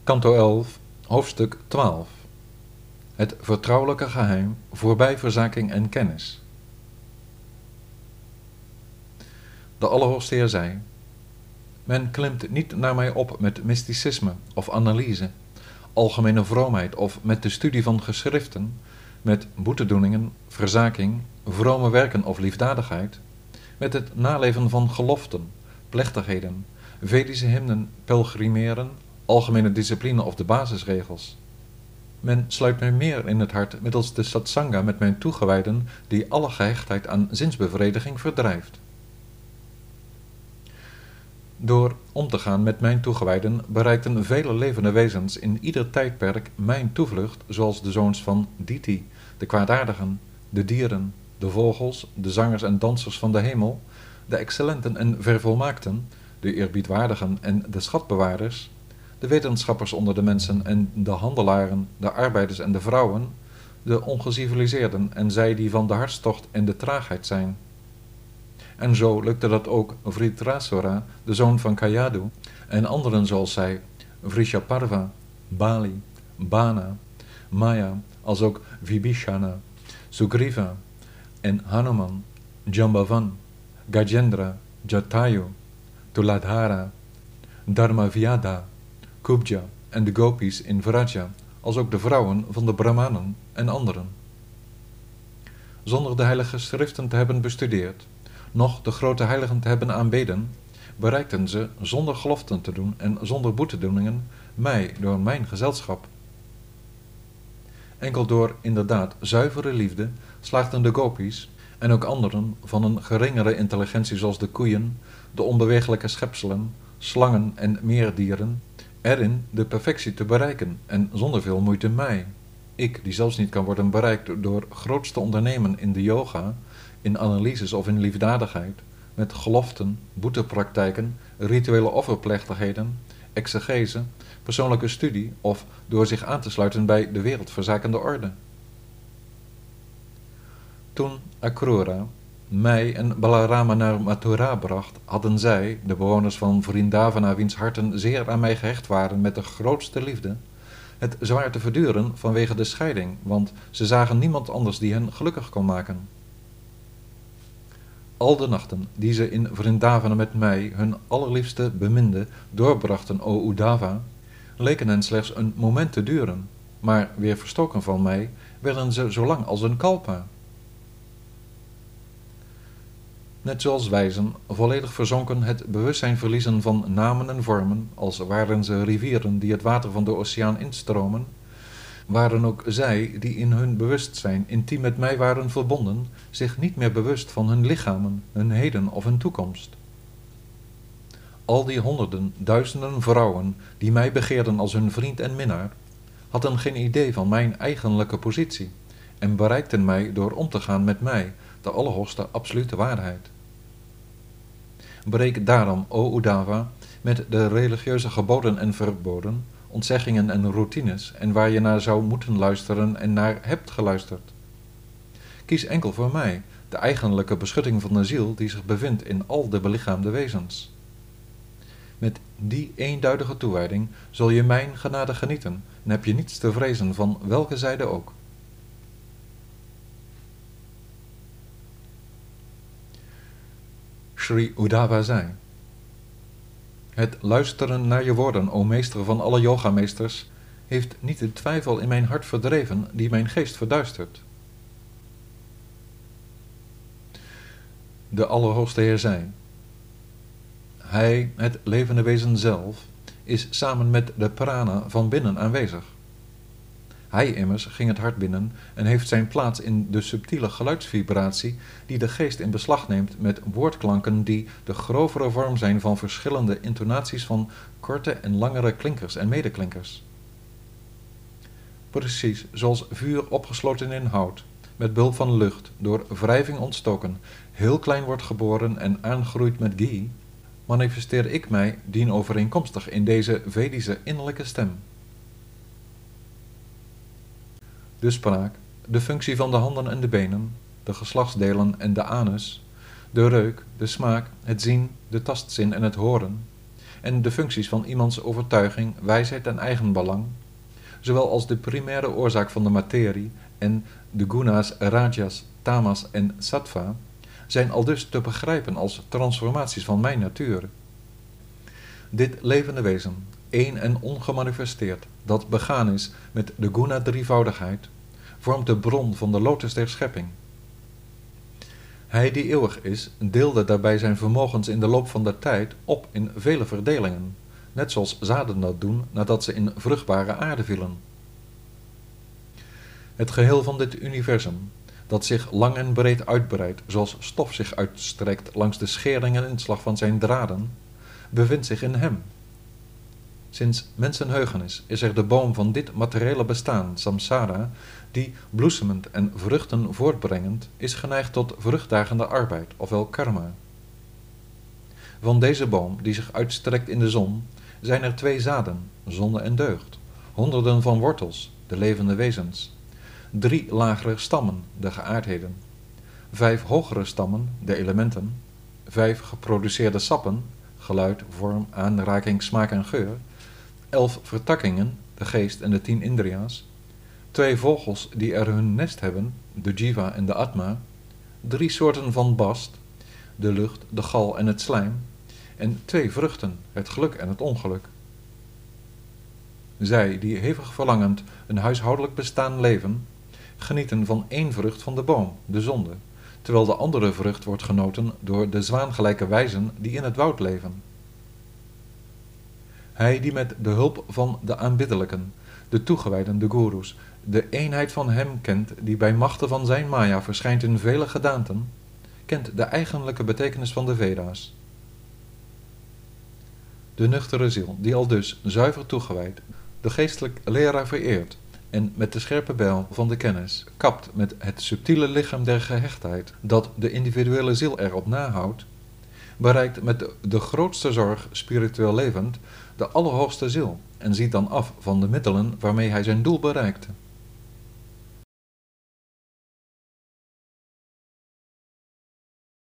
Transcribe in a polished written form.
Kanto 11, hoofdstuk 12. Het vertrouwelijke geheim voorbij verzaking en kennis. De Allerhoogste Heer zei: men klimt niet naar mij op met mysticisme of analyse, algemene vroomheid of met de studie van geschriften, met boetedoeningen, verzaking, vrome werken of liefdadigheid, met het naleven van geloften, plechtigheden, Vedische hymnen, pelgrimeren, algemene discipline of de basisregels. Men sluit mij meer in het hart middels de satsanga met mijn toegewijden, die alle gehechtheid aan zinsbevrediging verdrijft. Door om te gaan met mijn toegewijden bereikten vele levende wezens in ieder tijdperk mijn toevlucht, zoals de zoons van Diti, de kwaadaardigen, de dieren, de vogels, de zangers en dansers van de hemel, de excellenten en vervolmaakten, de eerbiedwaardigen en de schatbewaarders, de wetenschappers onder de mensen en de handelaren, de arbeiders en de vrouwen, de ongeciviliseerden en zij die van de hartstocht en de traagheid zijn. En zo lukte dat ook Vritrasura, de zoon van Kayadu, en anderen zoals zij, Vrishaparva, Bali, Bana, Maya, als ook Vibhishana, Sugriva en Hanuman, Jambavan, Gajendra, Jatayu, Tuladhara, Dharmavyada, Kubja en de gopis in Vraja, als ook de vrouwen van de Brahmanen en anderen. Zonder de heilige schriften te hebben bestudeerd, noch de grote heiligen te hebben aanbeden, bereikten ze, zonder geloften te doen en zonder boetedoeningen, mij door mijn gezelschap. Enkel door inderdaad zuivere liefde slaagden de gopis en ook anderen van een geringere intelligentie zoals de koeien, de onbewegelijke schepselen, slangen en meerdieren, erin de perfectie te bereiken en zonder veel moeite mij, ik die zelfs niet kan worden bereikt door grootste ondernemen in de yoga, in analyses of in liefdadigheid, met geloften, boetepraktijken, rituele offerplechtigheden, exegese, persoonlijke studie of door zich aan te sluiten bij de wereldverzakende orde. Toen Akrura mij en Balarama naar Mathura bracht, hadden zij, de bewoners van Vrindavana, wiens harten zeer aan mij gehecht waren met de grootste liefde, het zwaar te verduren vanwege de scheiding, want ze zagen niemand anders die hen gelukkig kon maken. Al de nachten die ze in Vrindavana met mij, hun allerliefste beminde, doorbrachten, o Uddhava, leken hen slechts een moment te duren, maar weer verstoken van mij, werden ze zo lang als een kalpa. Net zoals wijzen, volledig verzonken het bewustzijn verliezen van namen en vormen, als waren ze rivieren die het water van de oceaan instromen, waren ook zij, die in hun bewustzijn intiem met mij waren verbonden, zich niet meer bewust van hun lichamen, hun heden of hun toekomst. Al die honderden, duizenden vrouwen, die mij begeerden als hun vriend en minnaar, hadden geen idee van mijn eigenlijke positie en bereikten mij door om te gaan met mij, de allerhoogste absolute waarheid. Breek daarom, o Uddhava, met de religieuze geboden en verboden, ontzeggingen en routines en waar je naar zou moeten luisteren en naar hebt geluisterd. Kies enkel voor mij, de eigenlijke beschutting van de ziel die zich bevindt in al de belichaamde wezens. Met die eenduidige toewijding zul je mijn genade genieten en heb je niets te vrezen van welke zijde ook. Sri Uddhava zei: het luisteren naar je woorden, o meester van alle yogameesters, heeft niet de twijfel in mijn hart verdreven die mijn geest verduistert. De Allerhoogste Heer zei: hij, het levende wezen zelf, is samen met de prana van binnen aanwezig. Hij immers ging het hart binnen en heeft zijn plaats in de subtiele geluidsvibratie die de geest in beslag neemt met woordklanken die de grovere vorm zijn van verschillende intonaties van korte en langere klinkers en medeklinkers. Precies zoals vuur opgesloten in hout, met behulp van lucht, door wrijving ontstoken, heel klein wordt geboren en aangroeit met ghee, manifesteer ik mij dienovereenkomstig in deze Vedische innerlijke stem. De spraak, de functie van de handen en de benen, de geslachtsdelen en de anus, de reuk, de smaak, het zien, de tastzin en het horen, en de functies van iemands overtuiging, wijsheid en eigenbelang, zowel als de primaire oorzaak van de materie en de guna's, rajas, tamas en sattva, zijn aldus te begrijpen als transformaties van mijn natuur. Dit levende wezen, één en ongemanifesteerd, dat begaan is met de guna-drievoudigheid, vormt de bron van de lotus der schepping. Hij die eeuwig is, deelde daarbij zijn vermogens in de loop van de tijd op in vele verdelingen, net zoals zaden dat doen nadat ze in vruchtbare aarde vielen. Het geheel van dit universum, dat zich lang en breed uitbreidt, zoals stof zich uitstrekt langs de schering en inslag van zijn draden, bevindt zich in hem. Sinds mensenheugenis is er de boom van dit materiële bestaan, samsara, die bloesemend en vruchten voortbrengend is geneigd tot vruchtdragende arbeid, ofwel karma. Van deze boom, die zich uitstrekt in de zon, zijn er 2 zaden, zonde en deugd, honderden van wortels, de levende wezens, 3 lagere stammen, de geaardheden, 5 hogere stammen, de elementen, 5 geproduceerde sappen, geluid, vorm, aanraking, smaak en geur, 11 vertakkingen, de geest en de 10 indriya's, 2 vogels die er hun nest hebben, de jiva en de atma, 3 soorten van bast, de lucht, de gal en het slijm, en 2 vruchten, het geluk en het ongeluk. Zij, die hevig verlangend een huishoudelijk bestaan leven, genieten van 1 vrucht van de boom, de zonde, terwijl de andere vrucht wordt genoten door de zwaangelijke wijzen die in het woud leven. Hij die met de hulp van de aanbiddelijken, de toegewijden, de goeroes, de eenheid van hem kent die bij machte van zijn maya verschijnt in vele gedaanten, kent de eigenlijke betekenis van de Veda's. De nuchtere ziel, die aldus zuiver toegewijd, de geestelijk leraar vereert en met de scherpe bijl van de kennis kapt met het subtiele lichaam der gehechtheid dat de individuele ziel erop nahoudt, bereikt met de grootste zorg spiritueel levend de allerhoogste ziel en ziet dan af van de middelen waarmee hij zijn doel bereikte.